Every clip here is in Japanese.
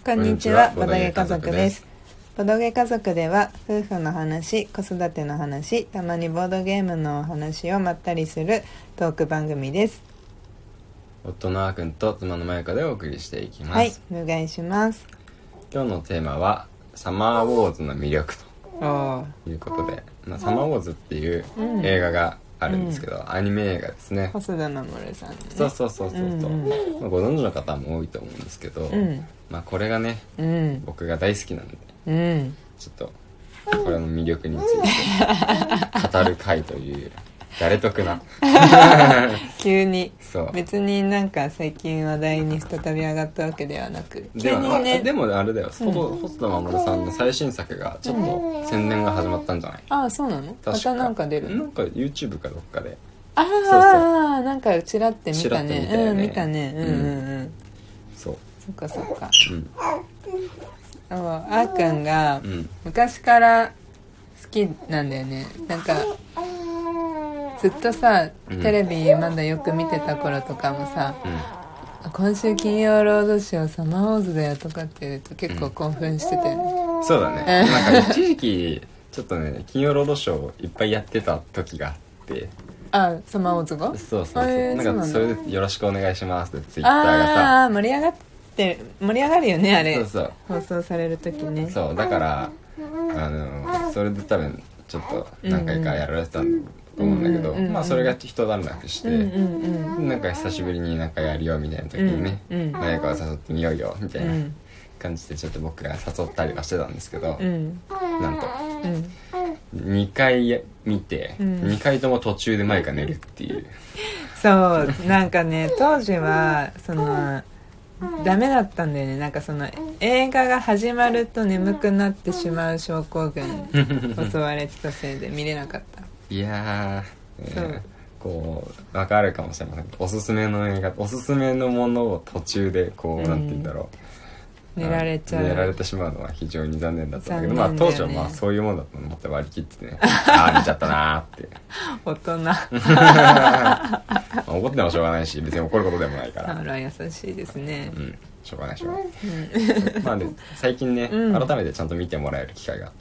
こんにちは、ボドゲ家族です。ボドゲ家族では夫婦の話、子育ての話、たまにボードゲームのお話をまったりするトーク番組です。 夫のあーくんと妻のまゆかでお送りしていきます。 はい、お願いします。 今日のテーマはサマーウォーズの魅力ということで、サマーウォーズっていう映画があるんですけど、アニメ映画ですね。 細田守さんね。 そう、ご存知の方も多いと思うんですけど、これがね、僕が大好きなんで、ちょっとこれの魅力について語る回という誰得な急に。 そう別になんか最近話題に再び上がったわけではなく、 急にね。でもあれだよ、細田守さんの最新作がちょっと宣伝が始まったんじゃない？ ああ、そうなの？またなんか出るの？ なんか YouTube かどっかで。 ああ、なんかチラって見たね。見たね。そう。そっか。あーくんが昔から好きなんだよね。なんかずっとさ、テレビまだよく見てた頃とかもさ、今週金曜ロードショーサマーウォーズだよとかって言うと結構興奮してて、 そうだね。なんか一時期ちょっとね、金曜ロードショーいっぱいやってた時があって、 サマーウォーズが？ そう、なんかそれでよろしくお願いしますってツイッターがさ、 盛り上がるよね、あれ。 そう放送される時ね。 そうだからそれで多分ちょっと何回かやられてたんだと思うんだけど、それが一段落して、なんか久しぶりになんかやるよみたいな時にね、誰かを誘ってみようよみたいな感じでちょっと僕が誘ったりはしてたんですけど、なんと、2回見て、2回とも途中でマイカ寝るっていう。 そうなんかね、当時はそのダメだったんだよね。なんかその映画が始まると眠くなってしまう症候群襲われてたせいで見れなかった。 いやー、こう分かるかもしれません。おすすめの映画、おすすめのものを途中でこう、なんて言うんだろう、 寝られてしまうのは非常に残念だったんだけど、当時はそういうもんだと思って割り切ってね、寝ちゃったなーって大人怒ってもしょうがないし、別に怒ることでもないから。 あら優しいですね。 しょうがない。で最近ね、改めてちゃんと見てもらえる機会があって、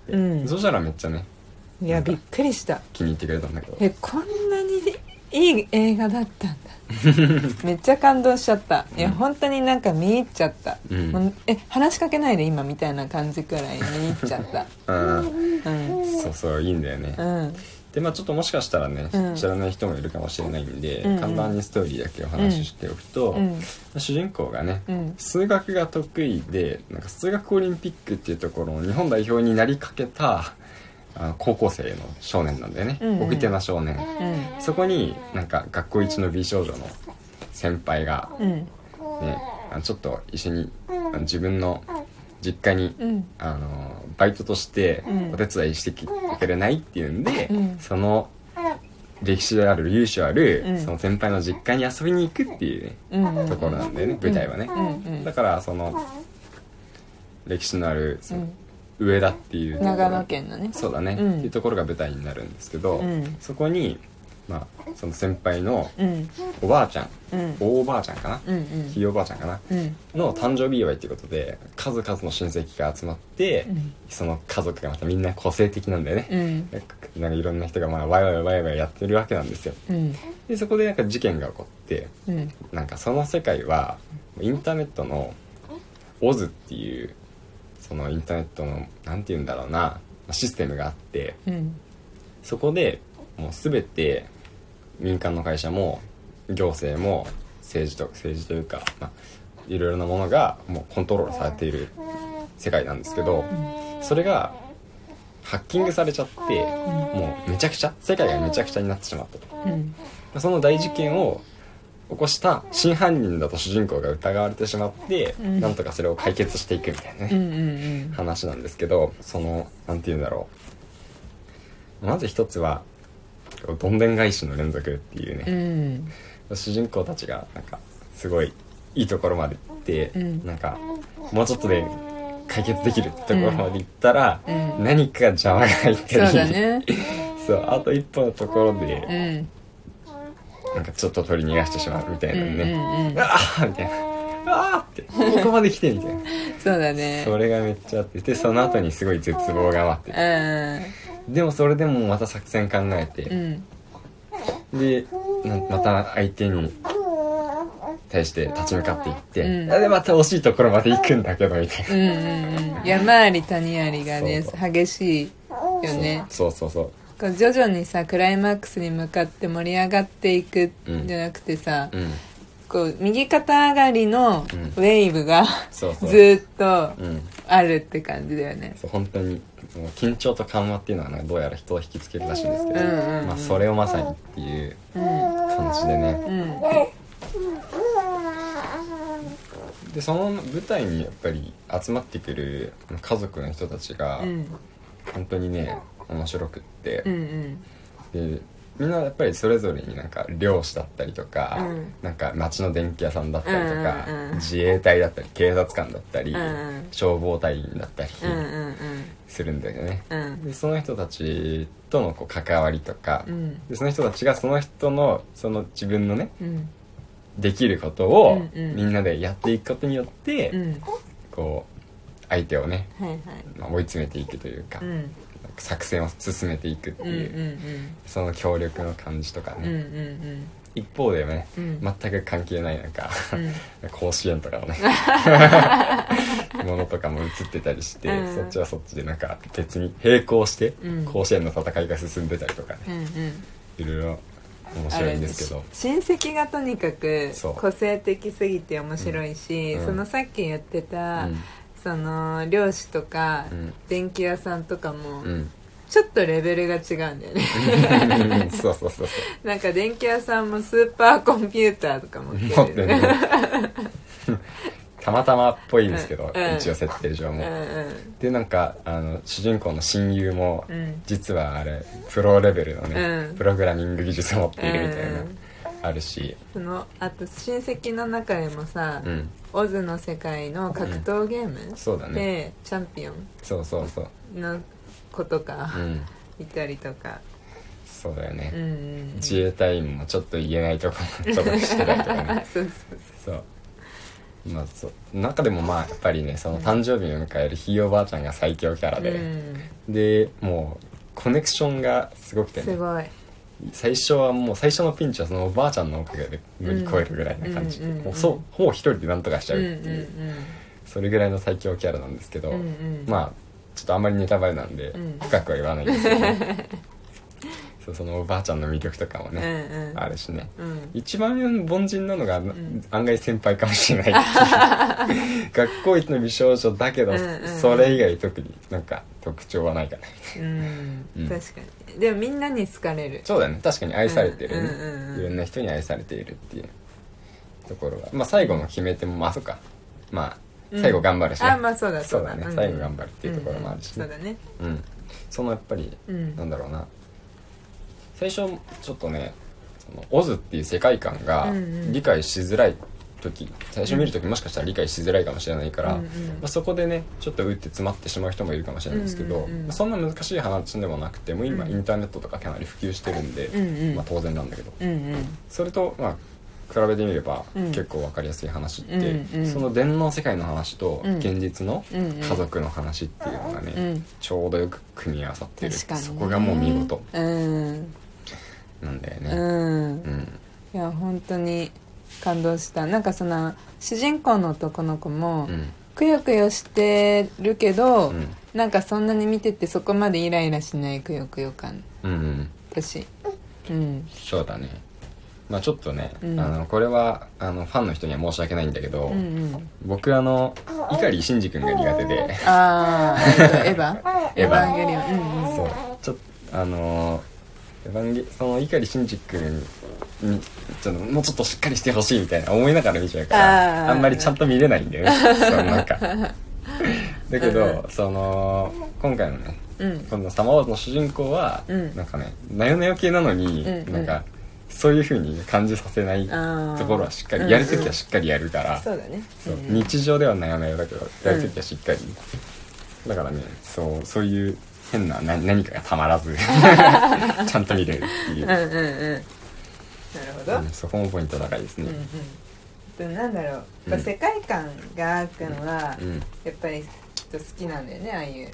そしたらめっちゃね、 いやびっくりした。 気に入ってくれたんだけど、 こんなにいい映画だったんだめっちゃ感動しちゃった。いや本当になんか見入っちゃった、話しかけないで今みたいな感じくらい見入っちゃったそういいんだよね。でちょっともしかしたらね、知らない人もいるかもしれないんで、簡単にストーリーだけお話ししておくと、主人公がね、数学が得意で、なんか数学オリンピックっていうところの日本代表になりかけた高校生の少年なんだよね。奥手な少年、そこになんか学校一の美少女の先輩が、ちょっと一緒に自分の実家に、バイトとしてお手伝いしてくれないっていうんで、その歴史ある由緒ある、その先輩の実家に遊びに行くっていう、ところなんだよね、舞台はね。だからその歴史のある上田っていう長野県のね、 そうだね、っていうところが舞台になるんですけど、そこにその先輩のおばあちゃん、大おばあちゃんかな、ひいおばあちゃんかな、の誕生日祝いっていうことで数々の親戚が集まって、その家族がまたみんな個性的なんだよね、なんかいろんな人がワイワイやってるわけなんですよ、でそこでなんか事件が起こって、なんかその世界はインターネットのオズっていうそのインターネットのなんて言うんだろうなシステムがあって、そこでもう全て民間の会社も行政も政治というか、いろいろなものがもうコントロールされている世界なんですけど、それがハッキングされちゃって、もうめちゃくちゃ世界がめちゃくちゃになってしまったと、その大事件を起こした真犯人だと主人公が疑われてしまって、なんとかそれを解決していくみたいなね、話なんですけど、そのなんて言うんだろう、まず一つはどんでん返しの連続っていうね、主人公たちがなんかすごいいいところまで行って、なんかもうちょっとで解決できるところまで行ったら、何か邪魔が入ったり、 そうだねそうあと一歩のところで、なんかちょっと取り逃がしてしまうみたいなね、ああみたいな、 わーってここまで来てみたいなそうだね。 それがめっちゃあって、でその後にすごい絶望が待ってて、でもそれでもまた作戦考えて、でまた相手に対して立ち向かっていって、でまた惜しいところまで行くんだけどみたいな、 山あり谷ありがね激しいよね。 そうこう徐々にさクライマックスに向かって盛り上がっていくんじゃなくてさ、こう右肩上がりのウェーブが、ずっとあるって感じだよね。 そう本当に緊張と緩和っていうのは、ね、どうやら人を引きつけるらしいんですけど、まあ、それをまさにっていう感じでね、でその舞台にやっぱり集まってくる家族の人たちが本当にね面白くって、でみんなやっぱりそれぞれになんか漁師だったりとか、なんか町の電気屋さんだったりとか、自衛隊だったり警察官だったり、消防隊員だったりするんだよね、でその人たちとのこう関わりとか、でその人たちがその人のその自分のね、できることをみんなでやっていくことによって、こう相手をね、まあ、追い詰めていくというか、作戦を進めていくっていう、その協力の感じとかね、一方でね、全く関係ないなんか、甲子園とかのねものとかも映ってたりして、そっちはそっちでなんか別に並行して甲子園の戦いが進んでたりとかね、いろいろ面白いんですけど、 親戚がとにかく個性的すぎて面白いし、そのさっき言ってた、その漁師とか、電気屋さんとかも、ちょっとレベルが違うんだよねそうなんか電気屋さんもスーパーコンピューターとか持ってるねたまたまっぽいんですけど、一応設定上も、でなんか主人公の親友も、実はあれプロレベルのね、プログラミング技術を持っているみたいな、あるし、 あと親戚の中でもさ、オズの世界の格闘ゲーム、 そうだね、 でチャンピオンの子とか、いたりとか、 そうだよね、自衛隊員もちょっと言えないところとかしてたりとかねそうまあ、そう中でもまあやっぱりね、その誕生日を迎えるひいおばあちゃんが最強キャラで、でもうコネクションがすごくてね、 すごい最初のピンチはそのおばあちゃんのおかげで乗り越えるぐらいな感じで、もうほぼ一人で何とかしちゃうっていう、それぐらいの最強キャラなんですけど、まあちょっとあんまりネタバレなんで深くは言わないんですけど、そのおばあちゃんの魅力とかもね、あるしね、一番凡人なのが、案外先輩かもしれないっていう学校一の美少女だけど、それ以外特になんか特徴はないかなみたいな、 確かに。でもみんなに好かれる。 そうだね、確かに愛されてるね、いろんな人に愛されているっていうところが、まあ最後の決め手もまあそうか、まあ最後頑張るしね、 あ、まあそうだそうだね、最後頑張るっていうところもあるしね、 そうだね、 そのやっぱり、なんだろうな、最初ちょっとね、そのオズっていう世界観が理解しづらい時、最初見る時もしかしたら理解しづらいかもしれないから、そこでねちょっと打って詰まってしまう人もいるかもしれないんですけど、そんな難しい話でもなくて、もう今インターネットとかかなり普及してるんで、まあ当然なんだけど、それとまあ比べてみれば結構分かりやすい話って、その電脳世界の話と現実の家族の話っていうのがね、ちょうどよく組み合わさってる、そこがもう見事なんだよね。 いや本当に感動した。なんかその主人公の男の子もくよくよしてるけど、なんかそんなに見ててそこまでイライラしないくよくよ感、私、 そうだね。まあちょっとね、これはファンの人には申し訳ないんだけど、僕碇シンジ君が苦手で、 エヴァンゲリオン、 そうちょっとその碇シンジ君にもうちょっとしっかりしてほしいみたいな思いながら見ちゃうから、あんまりちゃんと見れないんだよねそのなんかだけど、その今回のね、このサマーウォーズの主人公は、なんかねなよなよ系なのに、なんかそういう風に感じさせないところはしっかりやるときはしっかりやるから、 そうだね、 日常ではなよなよだけどやるときはしっかり、だからね、そういう変な何かがたまらずちゃんと見れるっていう、 なるほど、 そこもポイント高いですね。 なんだろう、やっぱ世界観があるのは、やっぱりきっと好きなんだよね、ああいう、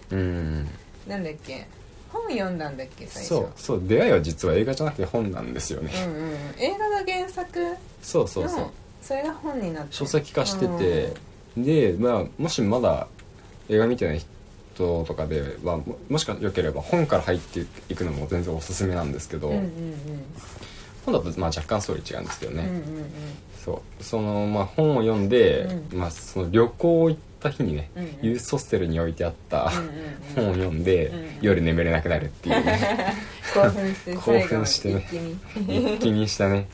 なんだっけ、本読んだんだっけ最初。 そう出会いは実は映画じゃなくて本なんですよね。 映画が原作、 そうそれが本になって書籍化してて、で、もしまだ映画見てない人とかでは もしかよければ本から入っていくのも全然おすすめなんですけど、本だと若干ストーリー違うんですけどね、その本を読んで、その旅行行った日にね、ユースホステルに置いてあった本を読んで、夜眠れなくなるっていうね興奮してね一気にしたね。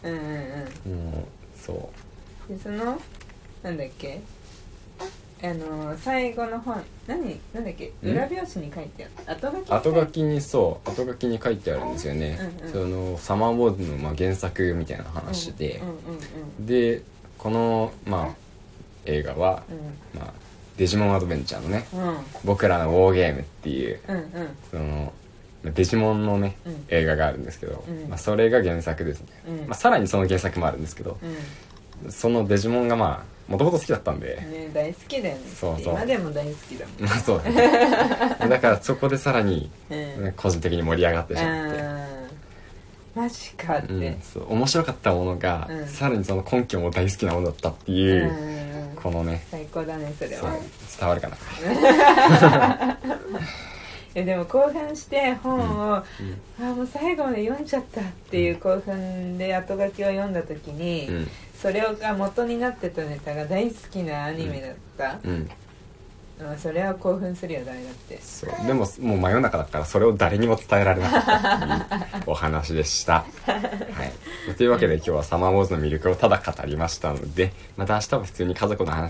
そうで、そのなんだっけ、最後の本なんだっけ、裏表紙に書いてある、後書きに書いてあるんですよね。そのサマーウォーズの原作みたいな話で、でこの映画はデジモンアドベンチャーのね、僕らのウォーゲームっていう、そのデジモンのね、映画があるんですけど、それが原作ですね。さらにその原作もあるんですけど、そのデジモンがもともと好きだったんで、 大好きだよね。今でも大好きだもん。 そうだからそこでさらに、個人的に盛り上がってしまって、 マジかって、 面白かったものが、さらにその根拠も大好きなものだったっていう、このね、 最高だねそれは。 伝わるかなでも興奮して本を、もう最後まで読んじゃったっていう興奮で後書きを読んだ時に、それが元になってたネタが大好きなアニメだった、それは興奮するよ誰だって。 でももう真夜中だからそれを誰にも伝えられなかったっていうお話でした、というわけで今日はサマーウォーズの魅力をただ語りましたので、また明日は普通に家族の話